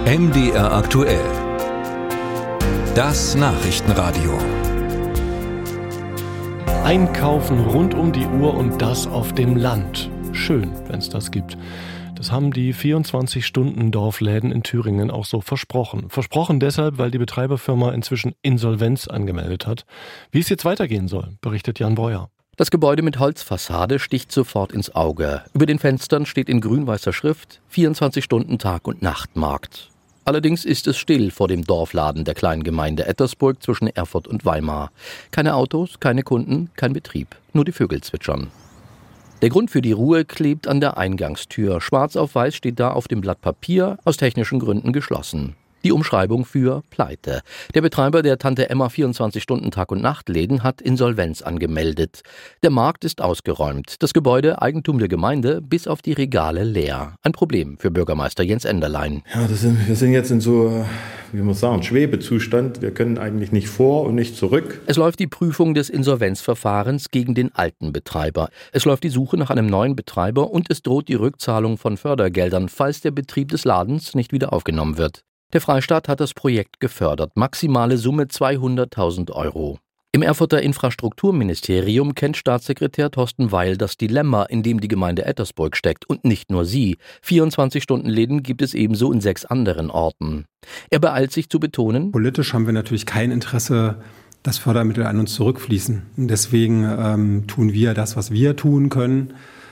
MDR aktuell. Das Nachrichtenradio. Einkaufen rund um die Uhr und das auf dem Land. Schön, wenn es das gibt. Das haben die 24-Stunden-Dorfläden in Thüringen auch so versprochen. Versprochen deshalb, weil die Betreiberfirma inzwischen Insolvenz angemeldet hat. Wie es jetzt weitergehen soll, berichtet Jan Breuer. Das Gebäude mit Holzfassade sticht sofort ins Auge. Über den Fenstern steht in grün-weißer Schrift 24 Stunden Tag- und Nachtmarkt. Allerdings ist es still vor dem Dorfladen der kleinen Gemeinde Ettersburg zwischen Erfurt und Weimar. Keine Autos, keine Kunden, kein Betrieb, nur die Vögel zwitschern. Der Grund für die Ruhe klebt an der Eingangstür. Schwarz auf weiß steht da auf dem Blatt Papier, aus technischen Gründen geschlossen. Die Umschreibung für Pleite. Der Betreiber der Tante Emma 24-Stunden-Tag- und Nachtläden hat Insolvenz angemeldet. Der Markt ist ausgeräumt. Das Gebäude, Eigentum der Gemeinde, bis auf die Regale leer. Ein Problem für Bürgermeister Jens Enderlein. Ja, wir sind jetzt in so, wie man sagen, Schwebezustand. Wir können eigentlich nicht vor und nicht zurück. Es läuft die Prüfung des Insolvenzverfahrens gegen den alten Betreiber. Es läuft die Suche nach einem neuen Betreiber und es droht die Rückzahlung von Fördergeldern, falls der Betrieb des Ladens nicht wieder aufgenommen wird. Der Freistaat hat das Projekt gefördert, maximale Summe 200.000 €. Im Erfurter Infrastrukturministerium kennt Staatssekretär Thorsten Weil das Dilemma, in dem die Gemeinde Ettersburg steckt. Und nicht nur sie. 24-Stunden-Läden gibt es ebenso in 6 anderen Orten. Er beeilt sich zu betonen: Politisch haben wir natürlich kein Interesse, dass Fördermittel an uns zurückfließen. Und deswegen tun wir das, was wir tun können,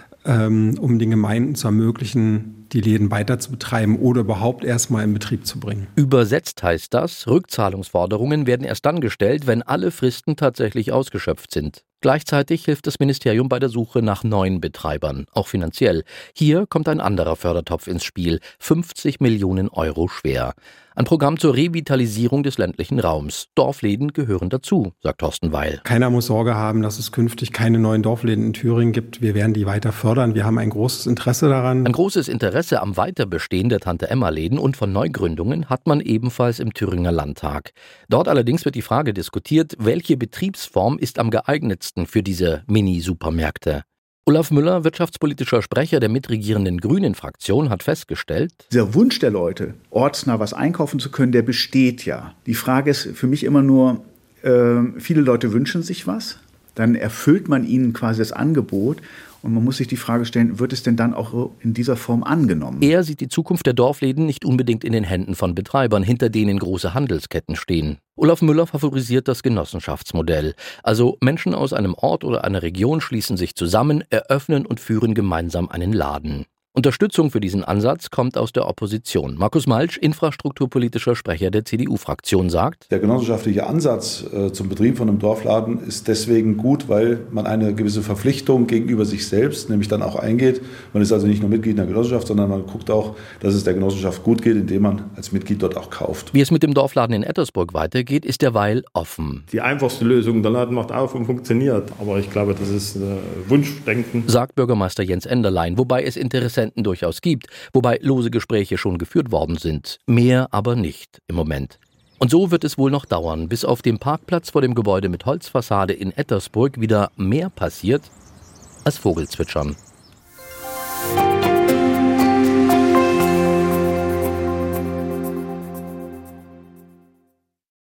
um den Gemeinden zu ermöglichen, die Läden weiter zu betreiben oder überhaupt erstmal in Betrieb zu bringen. Übersetzt heißt das, Rückzahlungsforderungen werden erst dann gestellt, wenn alle Fristen tatsächlich ausgeschöpft sind. Gleichzeitig hilft das Ministerium bei der Suche nach neuen Betreibern, auch finanziell. Hier kommt ein anderer Fördertopf ins Spiel, 50 Millionen € schwer. Ein Programm zur Revitalisierung des ländlichen Raums. Dorfläden gehören dazu, sagt Thorsten Weil. Keiner muss Sorge haben, dass es künftig keine neuen Dorfläden in Thüringen gibt. Wir werden die weiter fördern. Wir haben ein großes Interesse daran. Ein großes Interesse am Weiterbestehen der Tante-Emma-Läden und von Neugründungen hat man ebenfalls im Thüringer Landtag. Dort allerdings wird die Frage diskutiert, welche Betriebsform ist am geeignetsten für diese Mini-Supermärkte. Olaf Müller, wirtschaftspolitischer Sprecher der mitregierenden Grünen-Fraktion, hat festgestellt: Dieser Wunsch der Leute, ortsnah was einkaufen zu können, der besteht ja. Die Frage ist für mich immer nur, viele Leute wünschen sich was, dann erfüllt man ihnen quasi das Angebot und man muss sich die Frage stellen, wird es denn dann auch in dieser Form angenommen? Er sieht die Zukunft der Dorfläden nicht unbedingt in den Händen von Betreibern, hinter denen große Handelsketten stehen. Olaf Müller favorisiert das Genossenschaftsmodell. Also Menschen aus einem Ort oder einer Region schließen sich zusammen, eröffnen und führen gemeinsam einen Laden. Unterstützung für diesen Ansatz kommt aus der Opposition. Markus Malsch, infrastrukturpolitischer Sprecher der CDU-Fraktion, sagt: Der genossenschaftliche Ansatz zum Betrieb von einem Dorfladen ist deswegen gut, weil man eine gewisse Verpflichtung gegenüber sich selbst nämlich dann auch eingeht. Man ist also nicht nur Mitglied in der Genossenschaft, sondern man guckt auch, dass es der Genossenschaft gut geht, indem man als Mitglied dort auch kauft. Wie es mit dem Dorfladen in Ettersburg weitergeht, ist derweil offen. Die einfachste Lösung, der Laden macht auf und funktioniert. Aber ich glaube, das ist Wunschdenken, sagt Bürgermeister Jens Enderlein, wobei es Interessenten durchaus gibt, wobei lose Gespräche schon geführt worden sind. Mehr aber nicht im Moment. Und so wird es wohl noch dauern, bis auf dem Parkplatz vor dem Gebäude mit Holzfassade in Ettersburg wieder mehr passiert als Vogelzwitschern.